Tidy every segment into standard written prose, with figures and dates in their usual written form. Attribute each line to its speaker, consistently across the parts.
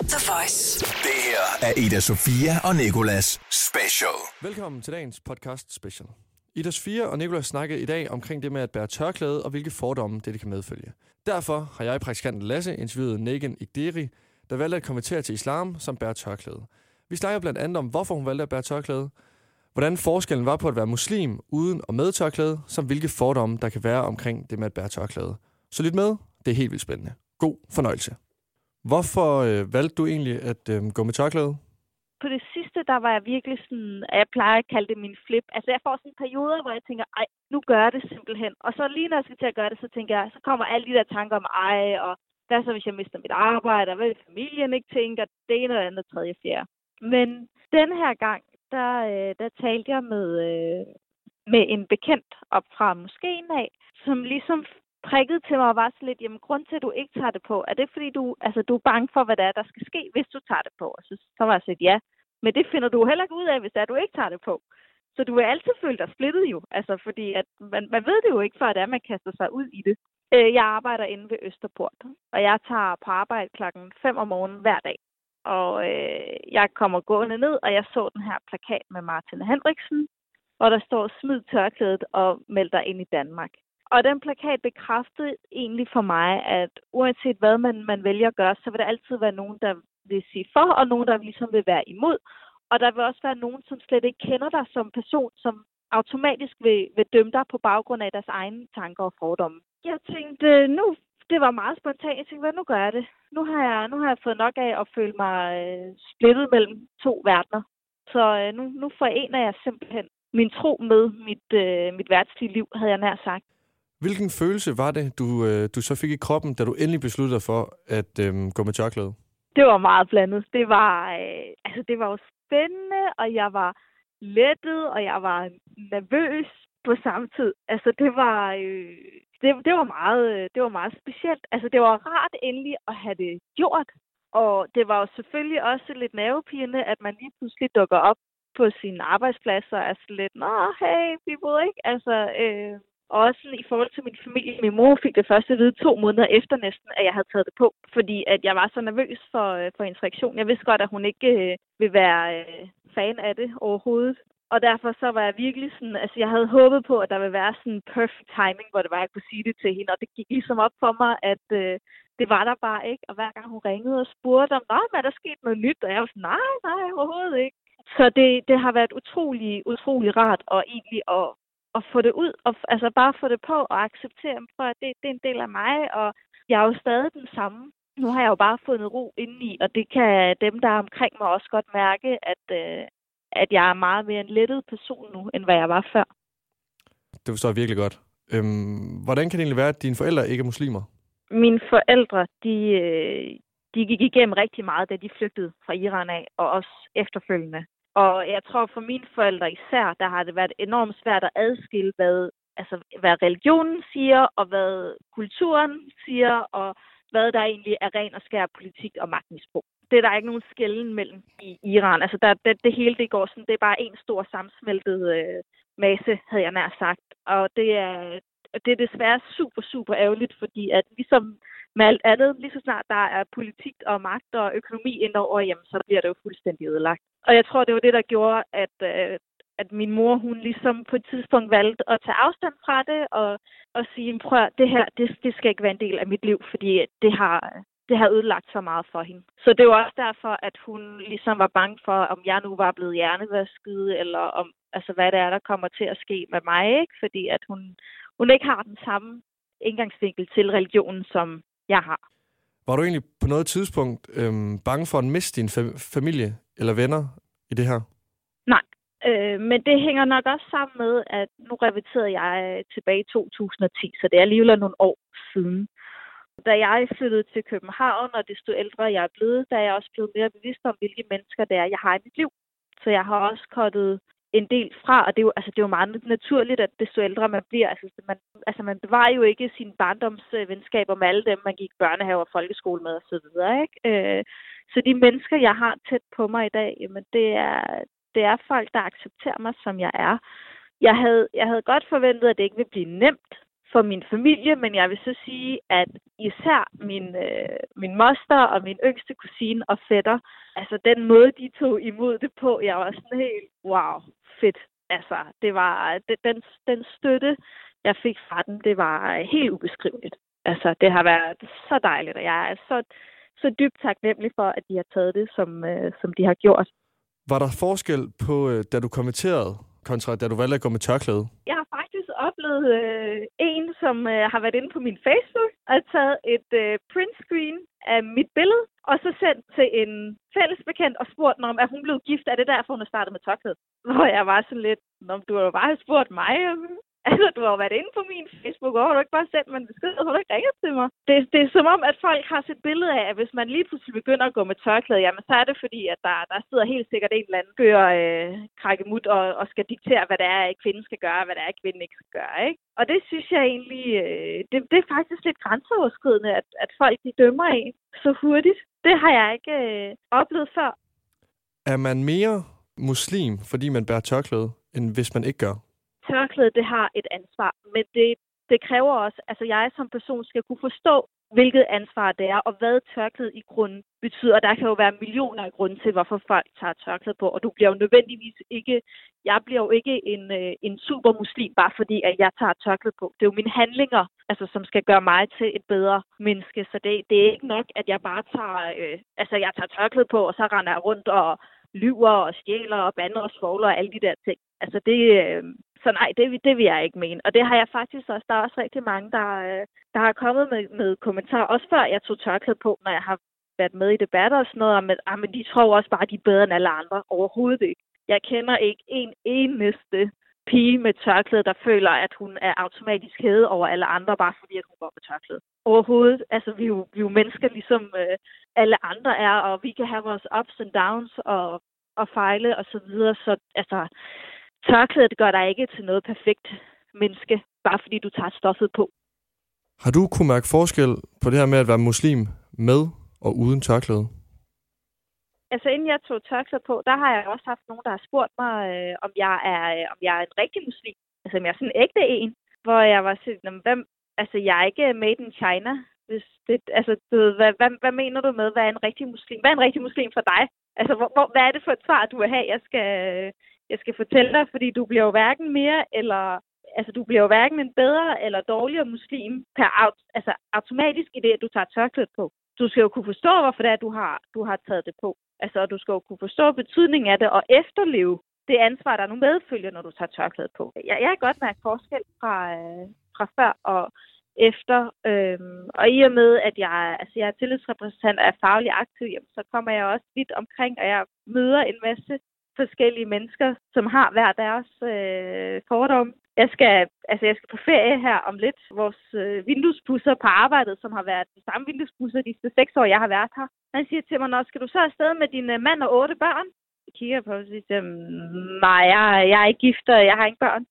Speaker 1: The Voice.
Speaker 2: Det her er Ida Sofia og Nicolas Special.
Speaker 3: Velkommen til dagens podcast special. Ida Sofia og Nicolas snakkede i dag omkring det med at bære tørklæde og hvilke fordomme det kan medfølge. Derfor har jeg, praktikant Lasse, interviewet Negan Igderi, der valgte at konvertere til islam som bærer tørklæde. Vi snakker blandt andet om, hvorfor hun valgte at bære tørklæde, hvordan forskellen var på at være muslim uden og med tørklæde, samt hvilke fordomme der kan være omkring det med at bære tørklæde. Så lyt med, det er helt vildt spændende. God fornøjelse. Hvorfor valgte du egentlig at gå med tørklæde?
Speaker 4: På det sidste, der var jeg virkelig sådan, at jeg plejer at kalde det min flip. Altså jeg får sådan perioder, hvor jeg tænker, ej, nu gør jeg det simpelthen. Og så lige når jeg skal til at gøre det, så tænker jeg, så kommer alle de der tanker om, ej, og hvad så hvis jeg mister mit arbejde, og hvad vil familien ikke tænker, det ene og andet, tredje, fjerde. Men den her gang, der talte jeg med en bekendt op fra moskeen af, som ligesom prikkede til mig og var så lidt, jamen grund til, at du ikke tager det på, er det fordi du er bange for, hvad det er, der skal ske, hvis du tager det på? Og så var jeg sådan, ja, men det finder du heller ikke ud af, hvis det er, du ikke tager det på. Så du vil altid føle dig splittet jo, altså fordi at man ved det jo ikke, før det er, man kaster sig ud i det. Jeg arbejder inde ved Østerport, og jeg tager på arbejde 5:00 om morgenen hver dag. Og jeg kommer gående ned, og jeg så den her plakat med Martin Henriksen, hvor der står, smid tørklædet og meld dig ind i Danmark. Og den plakat bekræftede egentlig for mig, at uanset hvad man vælger at gøre, så vil der altid være nogen, der vil sige for, og nogen, der ligesom vil være imod. Og der vil også være nogen, som slet ikke kender dig som person, som automatisk vil dømme dig på baggrund af deres egne tanker og fordomme. Jeg tænkte, det var meget spontant. Jeg tænkte, nu gør jeg det. Nu har jeg fået nok af at føle mig splittet mellem to verdener. Så nu forener jeg simpelthen min tro med mit verdslige liv, havde jeg nær sagt.
Speaker 3: Hvilken følelse var det, du så fik i kroppen, da du endelig besluttede dig for at gå med tørklæde?
Speaker 4: Det var meget blandet. Det var jo spændende, og jeg var lettet, og jeg var nervøs på samme tid. Altså, det var meget specielt. Altså, det var rart endelig at have det gjort. Og det var jo selvfølgelig også lidt nervepirrende, at man lige pludselig dukker op på sine arbejdspladser. Altså lidt, hey, people, ikke? Altså, og også sådan, i forhold til min familie. Min mor fik det først at vide 2 måneder efter næsten, at jeg havde taget det på. Fordi at jeg var så nervøs for hendes reaktion. Jeg vidste godt, at hun ikke ville være fan af det overhovedet. Og derfor så var jeg virkelig sådan, altså jeg havde håbet på, at der ville være sådan en perfect timing, hvor det var, at jeg kunne sige det til hende. Og det gik ligesom op for mig, at det var der bare ikke. Og hver gang hun ringede og spurgte om, er der sket noget nyt? Og jeg var sådan, nej, overhovedet ikke. Så det har været utrolig rart og egentlig at få det ud, og altså bare få det på og acceptere, for at det er en del af mig, og jeg er jo stadig den samme. Nu har jeg jo bare fundet ro indeni, og det kan dem, der er omkring mig, også godt mærke, at jeg er meget mere en lettet person nu, end hvad jeg var før.
Speaker 3: Det forstår jeg virkelig godt. Hvordan kan det egentlig være, at dine forældre ikke er muslimer?
Speaker 4: Mine forældre, de gik igennem rigtig meget, da de flygtede fra Iran af, og også efterfølgende. Og jeg tror, for mine forældre især, der har det været enormt svært at adskille, hvad religionen siger, og hvad kulturen siger, og hvad der egentlig er ren og skær politik og magtmisbrug. Det er der ikke nogen skelnen mellem i Iran. Altså, det hele det går sådan, det er bare en stor sammensmeltet masse, havde jeg nær sagt. Og det er desværre super, super ærgerligt, fordi at ligesom med alt andet, lige så snart der er politik og magt og økonomi indover, jamen, så bliver det jo fuldstændig ødelagt. Og jeg tror, det var det, der gjorde, at min mor, hun ligesom på et tidspunkt valgte at tage afstand fra det, og sige, prøv, det her, det skal ikke være en del af mit liv, fordi det har ødelagt så meget for hende. Så det var også derfor, at hun ligesom var bange for, om jeg nu var blevet hjernevasket, eller om, altså hvad det er, der kommer til at ske med mig, ikke? Fordi at hun ikke har den samme indgangsvinkel til religionen, som jeg har.
Speaker 3: Var du egentlig på noget tidspunkt bange for at miste din familie eller venner i det her?
Speaker 4: Nej, men det hænger nok også sammen med, at nu reverterede jeg tilbage i 2010, så det er alligevel nogle år siden. Da jeg flyttede til København, og desto ældre jeg er blevet, der er jeg også blevet mere bevidst om, hvilke mennesker det er, jeg har i mit liv. Så jeg har også kortet en del fra, og det er jo meget naturligt, at desto ældre man bliver. Man bevarer jo ikke sine barndomsvenskaber med alle dem, man gik børnehave og folkeskole med osv. Så de mennesker, jeg har tæt på mig i dag, jamen det er folk, der accepterer mig, som jeg er. Jeg havde godt forventet, at det ikke ville blive nemt, for min familie, men jeg vil så sige, at især min moster og min yngste kusine og fætter, altså den måde, de tog imod det på, jeg var sådan helt, wow, fedt. Altså, det var den støtte, jeg fik fra den, det var helt ubeskriveligt. Altså, det har været så dejligt, og jeg er så dybt taknemmelig for, at de har taget det, som de har gjort.
Speaker 3: Var der forskel på, da du konverterede, kontra da du valgte at gå med tørklæde?
Speaker 4: Jeg har faktisk oplevet en, som har været inde på min Facebook og taget et printscreen af mit billede, og så sendt til en fælles bekendt og spurgt om, at hun blev gift. Er det derfor, hun har startet med tørklæde? Hvor jeg var sådan lidt, du har jo bare spurgt mig. Altså, du har været inde på min Facebook, og har du ikke bare sendt mig en besked, og har du ikke ringet til mig? Det er som om, at folk har set billede af, at hvis man lige pludselig begynder at gå med tørklæde, jamen så er det fordi, at der sidder helt sikkert en eller anden krakkemut og skal diktere, hvad det er, at kvinden skal gøre, og hvad det er, at kvinden ikke skal gøre, ikke? Og det synes jeg egentlig, det er faktisk lidt grænseoverskridende, at folk de dømmer en så hurtigt. Det har jeg ikke oplevet før.
Speaker 3: Er man mere muslim, fordi man bærer tørklæde, end hvis man ikke gør?
Speaker 4: Tørklæde, det har et ansvar, men det kræver også, altså jeg som person skal kunne forstå, hvilket ansvar det er, og hvad tørklæde i grunden betyder. Der kan jo være millioner af grunde til, hvorfor folk tager tørklæde på, og jeg bliver jo ikke en super muslim, bare fordi, at jeg tager tørklæde på. Det er jo mine handlinger, altså, som skal gøre mig til et bedre menneske, så det er ikke nok, at jeg bare tager tørklæde på, og så render jeg rundt og lyver og stjæler og bander og svogler og alle de der ting. Altså så nej, det vil jeg ikke mene. Og det har jeg faktisk også. Der er også rigtig mange, der har kommet med kommentarer, også før jeg tog tørklæde på, når jeg har været med i debatter og sådan noget, men de tror også bare, at de er bedre end alle andre. Overhovedet ikke. Jeg kender ikke en eneste pige med tørklæde, der føler, at hun er automatisk hævet over alle andre, bare fordi at hun går med tørklæde. Overhovedet. Altså, vi er jo mennesker, ligesom alle andre er, og vi kan have vores ups and downs og fejle og så videre. Så altså, tørklædet gør dig ikke til noget perfekt menneske, bare fordi du tager stoffet på.
Speaker 3: Har du kunne mærke forskel på det her med at være muslim med og uden tørklæde?
Speaker 4: Altså, inden jeg tog tørklæde på, der har jeg også haft nogen, der har spurgt mig, om jeg er en rigtig muslim. Altså, om jeg er sådan en ægte en, hvor jeg var sådan, jeg er ikke made in China. Hvad mener du med, hvad er en rigtig muslim? Hvad er en rigtig muslim for dig? Altså, hvad er det for et svar, du vil have, jeg skal fortælle dig? Fordi du bliver jo hverken mere du bliver jo hverken en bedre eller dårligere muslim automatisk i det, at du tager tørklædet på. Du skal jo kunne forstå, hvorfor det er, du har taget det på. Altså, du skal jo kunne forstå betydningen af det og efterleve det ansvar, der nu medfølger, når du tager tørklædet på. Jeg kan godt mærke forskel fra før og efter. Og i og med, at jeg er tillidsrepræsentant og er faglig aktiv, så kommer jeg også vidt omkring, og jeg møder en masse forskellige mennesker, som har hver deres fordomme. Jeg skal på ferie her om lidt. Vores vinduespudser på arbejdet, som har været de samme vinduespudser de 6 år, jeg har været her. Han siger til mig, skal du så afsted med din mand og 8 børn? Jeg kigger på og siger, nej, jeg er ikke gift, og jeg har ikke børn.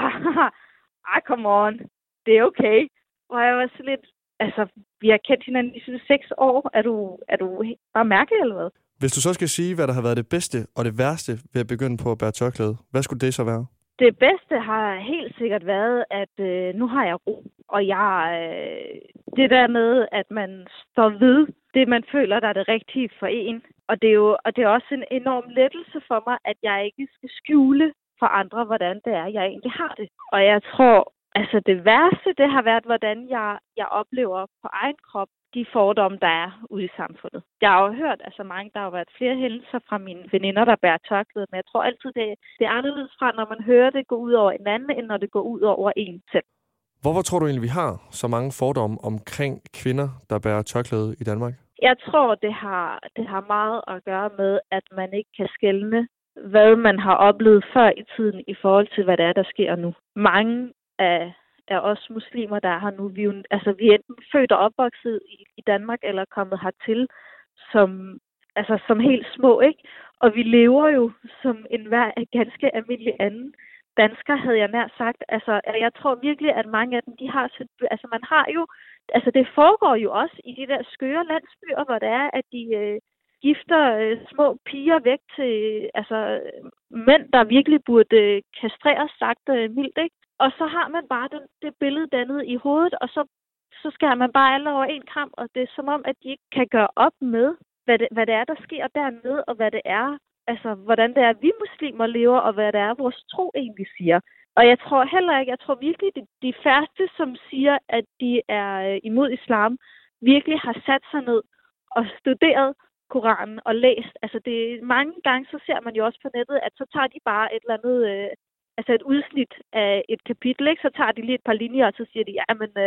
Speaker 4: Come on. Det er okay. Og jeg var så lidt, vi har kendt hinanden i 6 år. Er du bare mærkelig eller hvad?
Speaker 3: Hvis du så skal sige, hvad der har været det bedste og det værste ved at begynde på at bære tørklæde, hvad skulle det så være?
Speaker 4: Det bedste har helt sikkert været, at nu har jeg ro, og det der med, at man står ved det, man føler, der er det rigtige for en. Og det er også en enorm lettelse for mig, at jeg ikke skal skjule for andre, hvordan det er, jeg egentlig har det. Og jeg tror, det værste, det har været, hvordan jeg oplever på egen krop de fordomme, der er ude i samfundet. Jeg har jo hørt, mange, der har været flere hændelser fra mine veninder, der bærer tørklæde, men jeg tror altid, det er anderledes fra, når man hører det gå ud over en anden, end når det går ud over en selv.
Speaker 3: Hvorfor tror du egentlig, vi har så mange fordomme omkring kvinder, der bærer tørklæde i Danmark?
Speaker 4: Jeg tror, det har meget at gøre med, at man ikke kan skelne, hvad man har oplevet før i tiden i forhold til, hvad det er, der sker nu. Mange af os muslimer, der er her nu, vi er enten født og opvokset i Danmark, eller kommet hertil som helt små, ikke? Og vi lever jo som enhver ganske almindelig anden dansker, havde jeg nær sagt. Jeg tror virkelig, at mange af dem, de har man har jo, det foregår jo også i de der skøre landsbyer, hvor det er, at de gifter små piger væk til mænd, der virkelig burde kastreres, sagt mildt, ikke? Og så har man bare det billede dannet i hovedet, og så skærer man bare alle over en kamp, og det er som om, at de ikke kan gøre op med, hvad det er, der sker dernede, og hvad det er, altså hvordan det er, vi muslimer lever, og hvad det er, vores tro egentlig siger. Og jeg tror virkelig, de færreste, som siger, at de er imod islam, virkelig har sat sig ned og studeret Koranen og læst. Altså mange gange, så ser man jo også på nettet, at så tager de bare et eller andet, altså et udsnit af et kapitel, ikke? Så tager de lige et par linjer, og så siger de, ja, men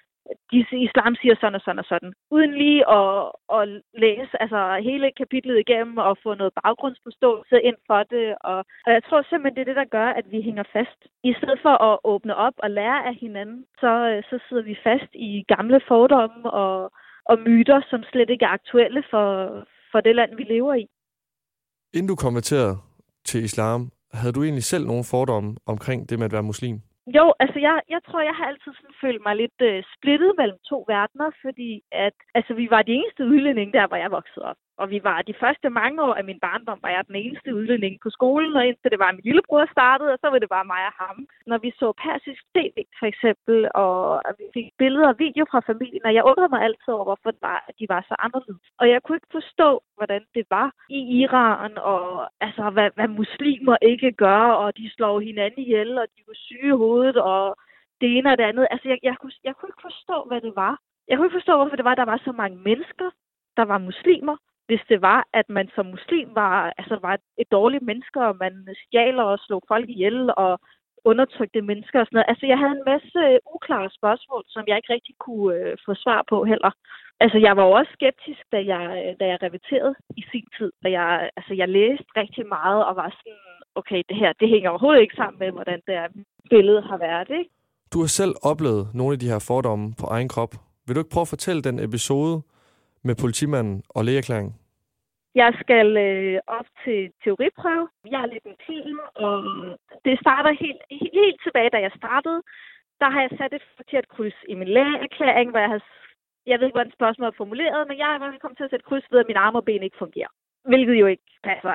Speaker 4: islam siger sådan og sådan og sådan. Uden lige at læse altså hele kapitlet igennem og få noget baggrundsforståelse ind for det. Og jeg tror simpelthen, det er det, der gør, at vi hænger fast. I stedet for at åbne op og lære af hinanden, så sidder vi fast i gamle fordomme og myter, som slet ikke er aktuelle for det land, vi lever i.
Speaker 3: Inden du konverterede til islam, havde du egentlig selv nogle fordomme omkring det med at være muslim?
Speaker 4: Jo, altså jeg tror, jeg har altid sådan følt mig lidt splittet mellem to verdener, fordi at vi var de eneste udlændinge der, hvor jeg voksede op. Og vi var de første mange år af min barndom, var jeg den eneste udlænding på skolen, og indtil det var min lillebror startede, og så var det bare mig og ham. Når vi så persisk tv for eksempel, og vi fik billeder og video fra familien, og jeg undrede mig altid over, hvorfor de var så anderledes. Og jeg kunne ikke forstå, hvordan det var i Iran, og altså hvad muslimer ikke gør, og de slår hinanden ihjel, og de var syge i hovedet, og det ene og det andet. Altså jeg kunne ikke forstå, hvad det var. Jeg kunne ikke forstå, hvorfor det var, der var så mange mennesker, der var muslimer, hvis det var, at man som muslim var et dårligt menneske, og man stjal og slog folk ihjel og undertrykte mennesker og sådan noget. Altså, jeg havde en masse uklare spørgsmål, som jeg ikke rigtig kunne få svar på heller. Altså, jeg var også skeptisk, da jeg reverterede i sin tid. Jeg læste rigtig meget og var sådan, okay, det hænger overhovedet ikke sammen med, hvordan det her billede har været, ikke?
Speaker 3: Du har selv oplevet nogle af de her fordomme på egen krop. Vil du ikke prøve at fortælle den episode med politimanden og lægeerklæring?
Speaker 4: Jeg skal op til teoriprøve. Jeg er lidt en team, og det starter helt tilbage, da jeg startede. Der har jeg sat et forkert kryds i min lægeerklæring, hvor jeg ved ikke, hvordan spørgsmålet er formuleret, men jeg er kommet til at sætte kryds ved, at mine arme og ben ikke fungerer. Hvilket jo ikke passer.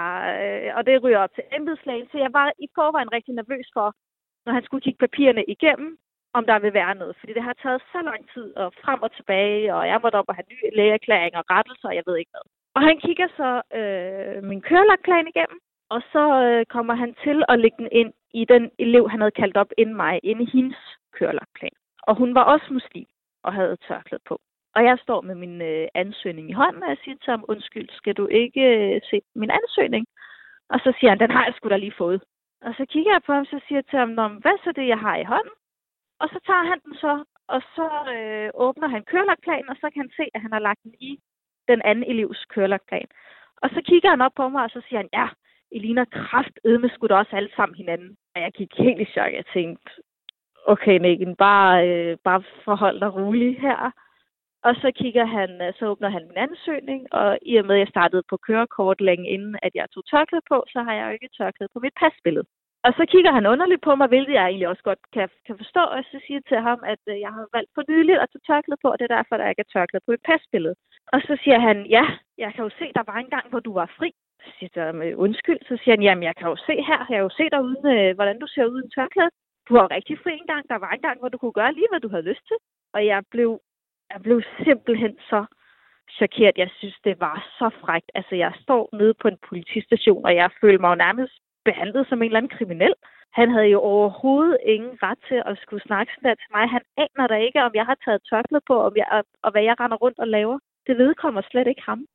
Speaker 4: Og det ryger op til embedslægen, så jeg var i forvejen rigtig nervøs for, når han skulle kigge papirerne igennem, om der vil være noget. Fordi det har taget så lang tid, og frem og tilbage, og jeg måtte op og have ny lægeerklæring og rettelser, og jeg ved ikke hvad. Og han kigger så min kørelagtplan igennem, og så kommer han til at lægge den ind i den elev, han havde kaldt op inden mig, inde i hendes kørelagtplan. Og hun var også muslim og havde tørklæde på. Og jeg står med min ansøgning i hånden, og jeg siger til ham, undskyld, skal du ikke se min ansøgning? Og så siger han, den har jeg sgu da lige fået. Og så kigger jeg på ham, så siger jeg til ham, hvad så det, jeg har i hånden? Og så tager han den så, og så åbner han kørelagtplanen, og så kan han se, at han har lagt den i den anden elevs kørelagtplan. Og så kigger han op på mig, og så siger han, ja, I ligner kraftedme sgu da også alle sammen hinanden. Og jeg gik helt i chok. Jeg tænkte, okay, Negan, bare forhold dig roligt her. Og så så åbner han min ansøgning, og i og med, at jeg startede på kørekort længe inden, at jeg tog tørklæde på, så har jeg jo ikke tørklæde på mit pasbillede. Og så kigger han underligt på mig, hvilket jeg egentlig også godt kan forstå, og så siger jeg til ham, at jeg har valgt for nyligt at tage tørklæde på, og det er derfor, der ikke er tørklæde på mit pasbillede. Og så siger han, ja, jeg kan jo se, der var en gang, hvor du var fri. Så siger jeg med undskyld, så siger han, jamen jeg kan jo se her, jeg kan jo se dig uden, hvordan du ser ud uden tørklæde. Du var jo rigtig fri en gang, der var en gang, hvor du kunne gøre lige, hvad du havde lyst til. Og jeg blev simpelthen så chokeret. Jeg synes, det var så frækt. Altså, jeg står nede på en politistation, og jeg føler mig jo nærmest behandlet som en eller anden kriminel. Han havde jo overhovedet ingen ret til at skulle snakke sådan der til mig. Han aner da ikke, om jeg har taget tørklæde på, og hvad jeg render rundt og laver. Det vedkommer slet ikke ham.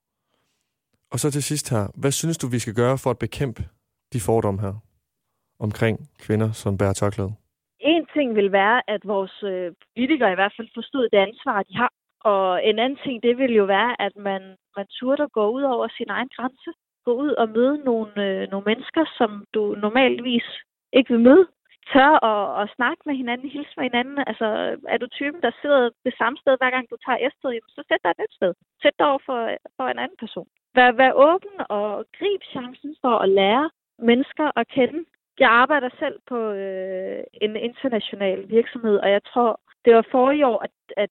Speaker 3: Og så til sidst her. Hvad synes du, vi skal gøre for at bekæmpe de fordomme her omkring kvinder, som bærer tørklæde?
Speaker 4: En ting vil være, at vores politikere i hvert fald forstod det ansvar, de har. Og en anden ting, det vil jo være, at man turde gå ud over sin egen grænse. Gå ud og møde nogle mennesker, som du normalvis ikke vil møde. Tør at snakke med hinanden, hilse med hinanden. Altså, er du typen, der sidder det samme sted, hver gang du tager S-toget, så sæt dig et nyt sted. Sæt dig over for en anden person. Vær åben og grib chancen for at lære mennesker at kende. Jeg arbejder selv på en international virksomhed, og jeg tror, det var forrige år,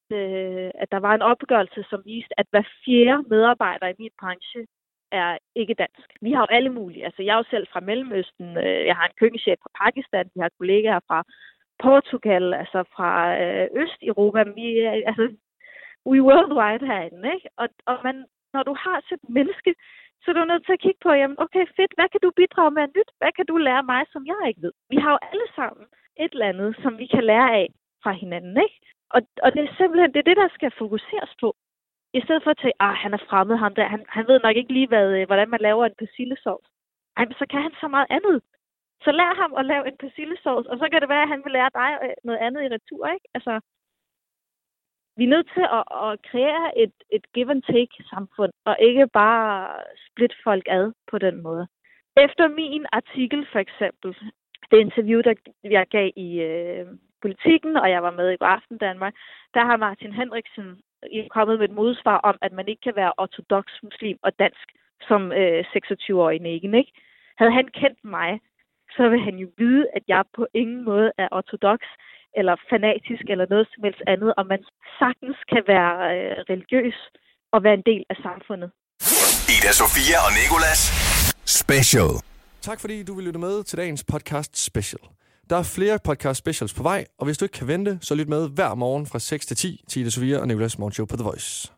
Speaker 4: at der var en opgørelse, som viste, at hver 4. medarbejder i min branche er ikke dansk. Vi har jo alle mulige. Altså, jeg er jo selv fra Mellemøsten. Jeg har en køkkenchef fra Pakistan. Vi har kollegaer Portugal, altså fra Østeuropa. We worldwide herinde, ikke? Og når du har sådan et menneske, så er du nødt til at kigge på, jamen okay, fedt, hvad kan du bidrage med nyt? Hvad kan du lære mig, som jeg ikke ved? Vi har jo alle sammen et eller andet, som vi kan lære af fra hinanden, ikke? Og det er simpelthen det, der skal fokuseres på. I stedet for at tænke, han er fremmed, ham der. Han ved nok ikke lige, hvordan man laver en persillesovs. Ej, men så kan han så meget andet. Så lær ham at lave en persillesovs, og så kan det være, at han vil lære dig noget andet i retur, ikke? Altså, vi er nødt til at kreere et give and take samfund, og ikke bare splitte folk ad på den måde. Efter min artikel for eksempel, det interview, der jeg gav i Politikken, og jeg var med i Godaften Danmark, der har Martin Henriksen kommet med et modsvar om, at man ikke kan være ortodoks muslim og dansk som 26-årig Negan, ikke? Havde han kendt mig, så vil han jo vide, at jeg på ingen måde er ortodoks eller fanatisk eller noget som helst andet, og man sagtens kan være religiøs og være en del af samfundet.
Speaker 2: Ida Sofia og Nicolas Special.
Speaker 3: Tak fordi du vil lytte med til dagens podcast special. Der er flere podcast specials på vej, og hvis du ikke kan vente, så lyt med hver morgen fra 6 til 10 til Ida Sofia og Nicolas Morgenshow på The Voice.